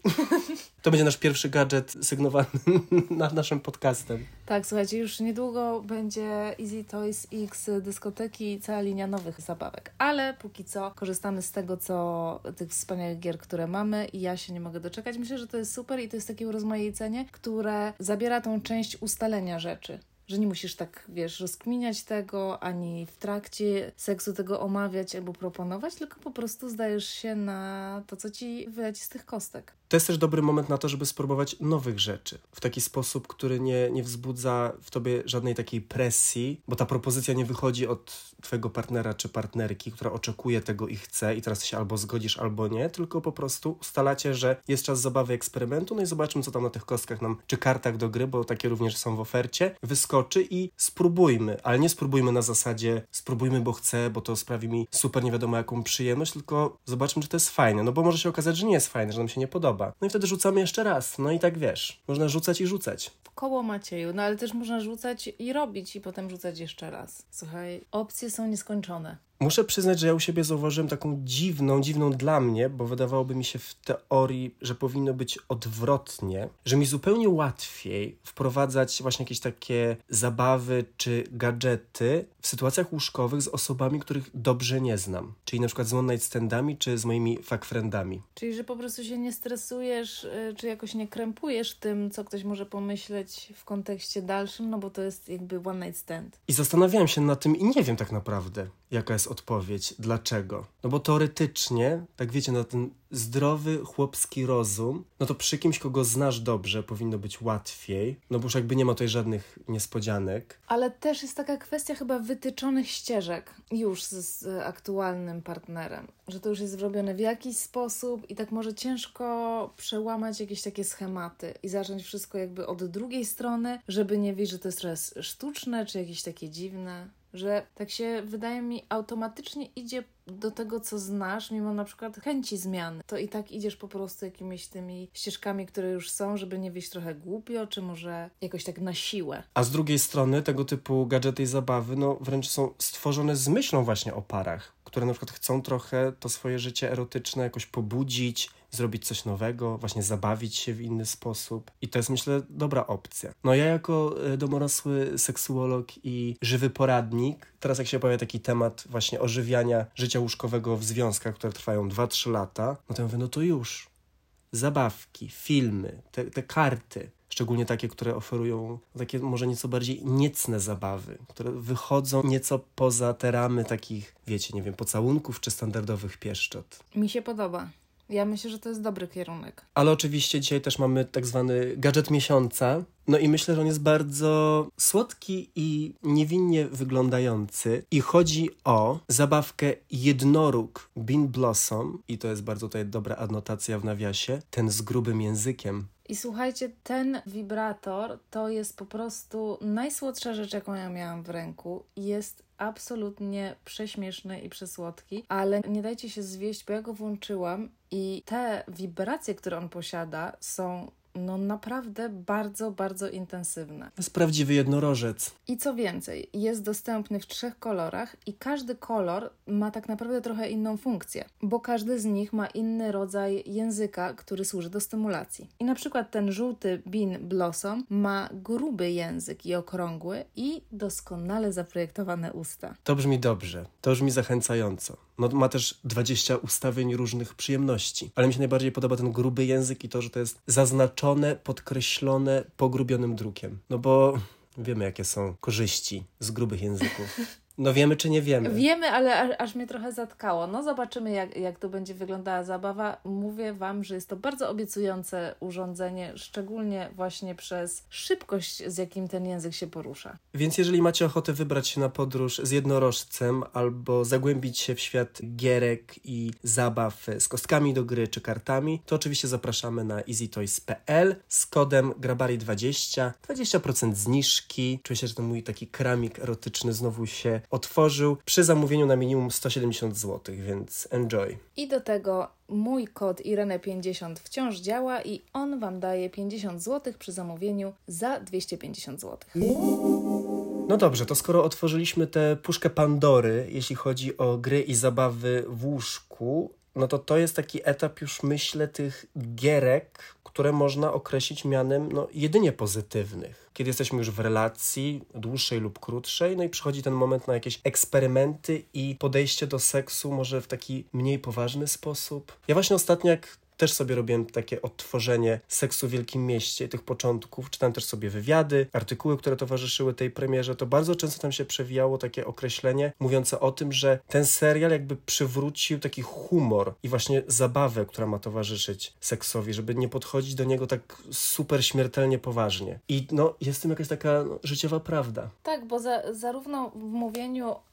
To będzie nasz pierwszy gadżet sygnowany nad naszym podcastem. Tak, słuchajcie, już niedługo będzie Easy Toys X dyskoteki i cała linia nowych zabawek. Ale póki co korzystamy z tego, tych wspaniałych gier, które mamy i ja się nie mogę doczekać. Myślę, że to jest super i to jest takie urozmaicenie, które zabiera tą część ustalenia rzeczy. Że nie musisz tak, rozkminiać tego, ani w trakcie seksu tego omawiać albo proponować, tylko po prostu zdajesz się na to, co ci wyleci z tych kostek. To jest też dobry moment na to, żeby spróbować nowych rzeczy. W taki sposób, który nie wzbudza w tobie żadnej takiej presji, bo ta propozycja nie wychodzi od twojego partnera czy partnerki, która oczekuje tego i chce i teraz się albo zgodzisz, albo nie, tylko po prostu ustalacie, że jest czas zabawy, eksperymentu, i zobaczymy, co tam na tych kostkach czy kartach do gry, bo takie również są w ofercie, wyskoczy zaskoczy i spróbujmy, ale nie spróbujmy na zasadzie spróbujmy, bo chcę, bo to sprawi mi super nie wiadomo jaką przyjemność, tylko zobaczmy, czy to jest fajne, no bo może się okazać, że nie jest fajne, że nam się nie podoba. No i wtedy rzucamy jeszcze raz, no i tak wiesz, można rzucać i rzucać. Koło Macieju, no ale też można rzucać i robić i potem rzucać jeszcze raz. Słuchaj, opcje są nieskończone. Muszę przyznać, że ja u siebie zauważyłem taką dziwną dla mnie, bo wydawałoby mi się w teorii, że powinno być odwrotnie, że mi zupełnie łatwiej wprowadzać właśnie jakieś takie zabawy czy gadżety w sytuacjach łóżkowych z osobami, których dobrze nie znam. Czyli na przykład z one night standami czy z moimi fuckfriendami. Czyli, że po prostu się nie stresujesz, czy jakoś nie krępujesz tym, co ktoś może pomyśleć w kontekście dalszym, no bo to jest jakby one night stand. I zastanawiałem się nad tym i nie wiem tak naprawdę, jaka jest odpowiedź. Dlaczego? No bo teoretycznie, tak wiecie, na ten zdrowy, chłopski rozum, no to przy kimś, kogo znasz dobrze, powinno być łatwiej, no bo już jakby nie ma tutaj żadnych niespodzianek. Ale też jest taka kwestia chyba wytyczonych ścieżek już z aktualnym partnerem, że to już jest zrobione w jakiś sposób i tak może ciężko przełamać jakieś takie schematy i zacząć wszystko jakby od drugiej strony, żeby nie wiedzieć, że to jest trochę sztuczne czy jakieś takie dziwne. Że tak się, wydaje mi, automatycznie idzie do tego, co znasz, mimo na przykład chęci zmiany. To i tak idziesz po prostu jakimiś tymi ścieżkami, które już są, żeby nie wyjść trochę głupio, czy może jakoś tak na siłę. A z drugiej strony tego typu gadżety i zabawy, no wręcz są stworzone z myślą właśnie o parach, które na przykład chcą trochę to swoje życie erotyczne jakoś pobudzić, zrobić coś nowego, właśnie zabawić się w inny sposób. I to jest, myślę, dobra opcja. No ja jako domorosły seksuolog i żywy poradnik, teraz jak się pojawia taki temat właśnie ożywiania życia łóżkowego w związkach, które trwają 2-3 lata, no to ja mówię, no to już. Zabawki, filmy, te karty, szczególnie takie, które oferują takie może nieco bardziej niecne zabawy, które wychodzą nieco poza te ramy takich, wiecie, nie wiem, pocałunków czy standardowych pieszczot. Mi się podoba. Ja myślę, że to jest dobry kierunek. Ale oczywiście dzisiaj też mamy tak zwany gadżet miesiąca. No i myślę, że on jest bardzo słodki i niewinnie wyglądający. I chodzi o zabawkę jednoróg Bean Blossom. I to jest bardzo tutaj dobra adnotacja w nawiasie. Ten z grubym językiem. I słuchajcie, ten wibrator to jest po prostu najsłodsza rzecz, jaką ja miałam w ręku. Jest absolutnie prześmieszny i przesłodki, ale nie dajcie się zwieść, bo ja go włączyłam i te wibracje, które on posiada, są naprawdę bardzo, bardzo intensywne. To jest prawdziwy jednorożec. I co więcej, jest dostępny w 3 kolorach i każdy kolor ma tak naprawdę trochę inną funkcję, bo każdy z nich ma inny rodzaj języka, który służy do stymulacji. I na przykład ten żółty Bean Blossom ma gruby język i okrągły i doskonale zaprojektowane usta. To brzmi dobrze, to brzmi zachęcająco. No ma też 20 ustawień różnych przyjemności, ale mi się najbardziej podoba ten gruby język i to, że to jest zaznaczone, podkreślone, pogrubionym drukiem. No bo wiemy, jakie są korzyści z grubych języków. No wiemy, czy nie wiemy? Wiemy, ale aż mnie trochę zatkało. No zobaczymy, jak to będzie wyglądała zabawa. Mówię Wam, że jest to bardzo obiecujące urządzenie, szczególnie właśnie przez szybkość, z jakim ten język się porusza. Więc jeżeli macie ochotę wybrać się na podróż z jednorożcem albo zagłębić się w świat gierek i zabaw z kostkami do gry czy kartami, to oczywiście zapraszamy na easytoys.pl z kodem grabari20, 20% zniżki. Czuję się, że ten mój taki kramik erotyczny znowu się otworzył przy zamówieniu na minimum 170 zł, więc enjoy. I do tego mój kod Irene50 wciąż działa i on Wam daje 50 zł przy zamówieniu za 250 zł. No dobrze, to skoro otworzyliśmy tę puszkę Pandory, jeśli chodzi o gry i zabawy w łóżku, no to jest taki etap już, myślę, tych gierek, które można określić mianem jedynie pozytywnych. Kiedy jesteśmy już w relacji, dłuższej lub krótszej, no i przychodzi ten moment na jakieś eksperymenty i podejście do seksu może w taki mniej poważny sposób. Ja właśnie ostatnio, jak też sobie robiłem takie odtworzenie Seksu w Wielkim Mieście, tych początków, czytałem też sobie wywiady, artykuły, które towarzyszyły tej premierze, to bardzo często tam się przewijało takie określenie mówiące o tym, że ten serial jakby przywrócił taki humor i właśnie zabawę, która ma towarzyszyć seksowi, żeby nie podchodzić do niego tak super śmiertelnie poważnie. I jest w tym jakaś taka życiowa prawda. Tak, bo zarówno w mówieniu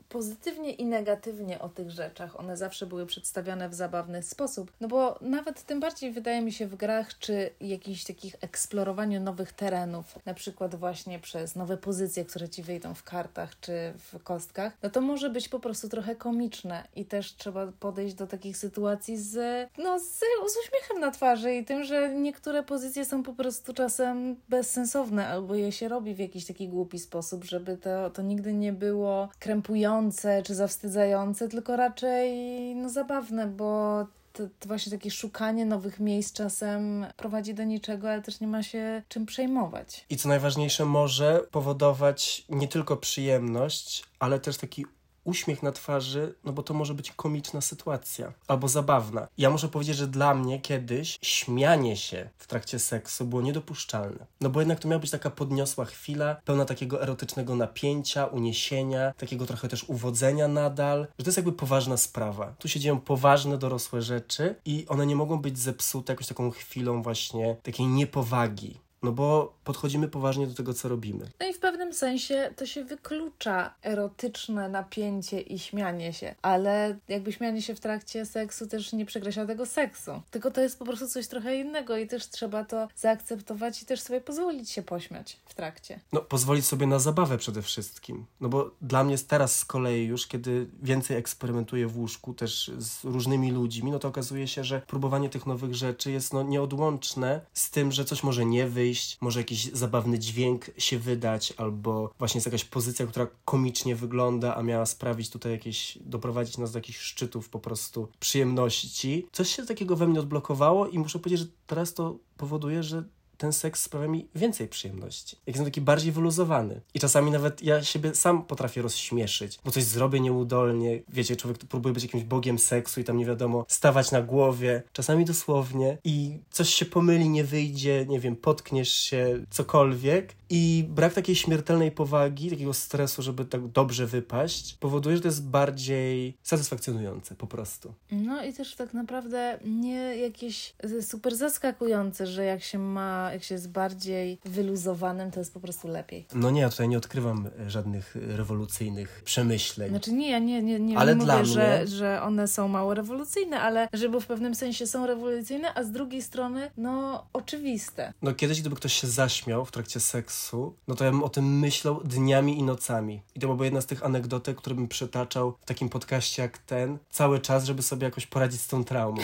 pozytywnie i negatywnie o tych rzeczach. One zawsze były przedstawiane w zabawny sposób. No bo nawet tym bardziej wydaje mi się w grach, czy jakichś takich eksplorowaniu nowych terenów, na przykład właśnie przez nowe pozycje, które ci wyjdą w kartach czy w kostkach, no to może być po prostu trochę komiczne i też trzeba podejść do takich sytuacji z uśmiechem na twarzy i tym, że niektóre pozycje są po prostu czasem bezsensowne albo je się robi w jakiś taki głupi sposób, żeby to nigdy nie było krępujące czy zawstydzające, tylko raczej zabawne, bo to właśnie takie szukanie nowych miejsc czasem prowadzi do niczego, ale też nie ma się czym przejmować. I co najważniejsze, może powodować nie tylko przyjemność, ale też taki uśmiech na twarzy, no bo to może być komiczna sytuacja albo zabawna. Ja muszę powiedzieć, że dla mnie kiedyś śmianie się w trakcie seksu było niedopuszczalne. No bo jednak to miała być taka podniosła chwila, pełna takiego erotycznego napięcia, uniesienia, takiego trochę też uwodzenia nadal, że to jest jakby poważna sprawa. Tu się dzieją poważne, dorosłe rzeczy i one nie mogą być zepsute jakąś taką chwilą właśnie takiej niepowagi. No bo podchodzimy poważnie do tego, co robimy. No i w pewnym sensie to się wyklucza erotyczne napięcie i śmianie się, ale jakby śmianie się w trakcie seksu też nie przekreśla tego seksu. Tylko to jest po prostu coś trochę innego i też trzeba to zaakceptować i też sobie pozwolić się pośmiać w trakcie. No, pozwolić sobie na zabawę przede wszystkim. No bo dla mnie teraz z kolei już, kiedy więcej eksperymentuję w łóżku też z różnymi ludźmi, no to okazuje się, że próbowanie tych nowych rzeczy jest nieodłączne z tym, że coś może nie wyjść, może jakiś zabawny dźwięk się wydać, albo właśnie jest jakaś pozycja, która komicznie wygląda, a miała sprawić tutaj doprowadzić nas do jakichś szczytów po prostu przyjemności. Coś się takiego we mnie odblokowało i muszę powiedzieć, że teraz to powoduje, że ten seks sprawia mi więcej przyjemności. Jak jestem taki bardziej wyluzowany. I czasami nawet ja siebie sam potrafię rozśmieszyć, bo coś zrobię nieudolnie. Wiecie, człowiek próbuje być jakimś bogiem seksu i tam nie wiadomo, stawać na głowie. Czasami dosłownie. I coś się pomyli, nie wyjdzie, nie wiem, potkniesz się, cokolwiek. I brak takiej śmiertelnej powagi, takiego stresu, żeby tak dobrze wypaść, powoduje, że to jest bardziej satysfakcjonujące po prostu. No i też tak naprawdę nie jakieś super zaskakujące, że jak się jest bardziej wyluzowanym, to jest po prostu lepiej. No nie, ja tutaj nie odkrywam żadnych rewolucyjnych przemyśleń. Znaczy nie, ja nie ale mówię, dla mnie... że one są mało rewolucyjne, ale bo w pewnym sensie są rewolucyjne, a z drugiej strony, oczywiste. No kiedyś, gdyby ktoś się zaśmiał w trakcie seksu, no to ja bym o tym myślał dniami i nocami. I to byłaby jedna z tych anegdotek, które bym przytaczał w takim podcaście jak ten cały czas, żeby sobie jakoś poradzić z tą traumą.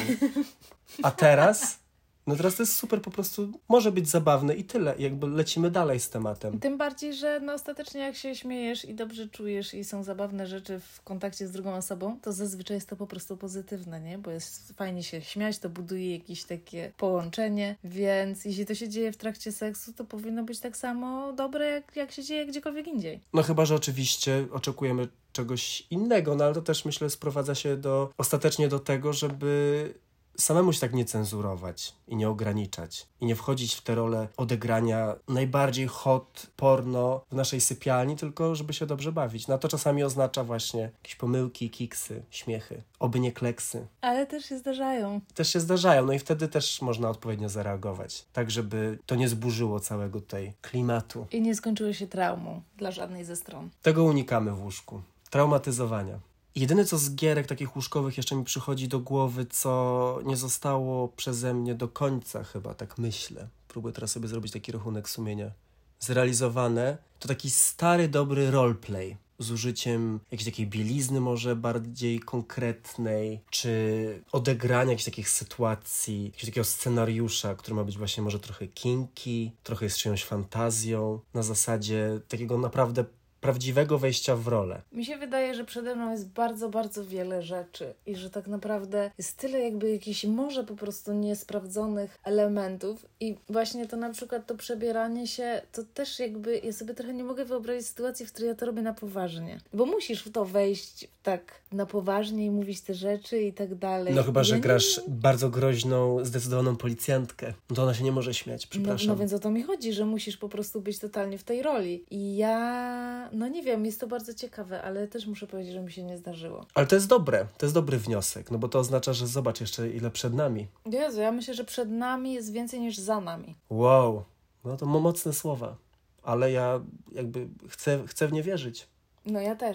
A teraz... No teraz to jest super, po prostu może być zabawne i tyle. Jakby lecimy dalej z tematem. Tym bardziej, że ostatecznie jak się śmiejesz i dobrze czujesz i są zabawne rzeczy w kontakcie z drugą osobą, to zazwyczaj jest to po prostu pozytywne, nie? Bo jest fajnie się śmiać, to buduje jakieś takie połączenie, więc jeśli to się dzieje w trakcie seksu, to powinno być tak samo dobre, jak się dzieje gdziekolwiek indziej. No chyba, że oczywiście oczekujemy czegoś innego, no ale to też myślę sprowadza się ostatecznie do tego, żeby samemu się tak nie cenzurować i nie ograniczać i nie wchodzić w tę rolę odegrania najbardziej hot porno w naszej sypialni, tylko żeby się dobrze bawić. No to czasami oznacza właśnie jakieś pomyłki, kiksy, śmiechy, oby nie kleksy. Ale też się zdarzają. Też się zdarzają, no i wtedy też można odpowiednio zareagować, tak żeby to nie zburzyło całego tutaj klimatu. I nie skończyło się traumą dla żadnej ze stron. Tego unikamy w łóżku. Traumatyzowania. Jedyne co z gierek takich łóżkowych jeszcze mi przychodzi do głowy, co nie zostało przeze mnie do końca chyba, tak myślę. Próbuję teraz sobie zrobić taki rachunek sumienia. Zrealizowane to taki stary, dobry roleplay z użyciem jakiejś takiej bielizny może bardziej konkretnej, czy odegrania jakichś takich sytuacji, jakiegoś takiego scenariusza, który ma być właśnie może trochę kinky, trochę jest czyjąś fantazją, na zasadzie takiego naprawdę prawdziwego wejścia w rolę. Mi się wydaje, że przede mną jest bardzo, bardzo wiele rzeczy i że tak naprawdę jest tyle jakby jakichś może po prostu niesprawdzonych elementów i właśnie to na przykład to przebieranie się, to też jakby ja sobie trochę nie mogę wyobrazić sytuacji, w której ja to robię na poważnie. Bo musisz w to wejść tak na poważnie i mówić te rzeczy i tak dalej. No chyba, że grasz bardzo groźną, zdecydowaną policjantkę. No to ona się nie może śmiać, przepraszam. No więc o to mi chodzi, że musisz po prostu być totalnie w tej roli. I ja... No nie wiem, jest to bardzo ciekawe, ale też muszę powiedzieć, że mi się nie zdarzyło. Ale to jest dobre, to jest dobry wniosek, no bo to oznacza, że zobacz jeszcze ile przed nami. Jezu, ja myślę, że przed nami jest więcej niż za nami. Wow, no to mocne słowa, ale ja jakby chcę w nie wierzyć. No ja też.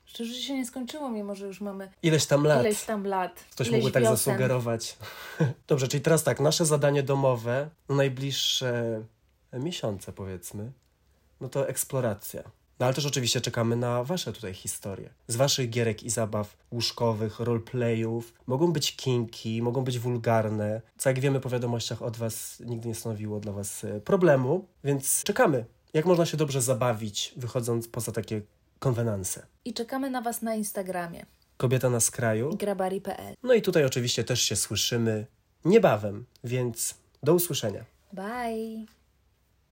Że życie się nie skończyło, mimo że już mamy Ileś tam lat. Ktoś ileś mógłby tak wiosen. zasugerować. Dobrze, czyli teraz tak, nasze zadanie domowe na najbliższe miesiące, powiedzmy, no to eksploracja. No ale też oczywiście czekamy na wasze tutaj historie. Z waszych gierek i zabaw łóżkowych, roleplayów. Mogą być kinki, mogą być wulgarne. Co jak wiemy po wiadomościach od was nigdy nie stanowiło dla was problemu, więc czekamy. Jak można się dobrze zabawić, wychodząc poza takie konwenanse. I czekamy na was na Instagramie. Kobieta na skraju. Grabari.pl. No i tutaj oczywiście też się słyszymy niebawem, więc do usłyszenia. Bye!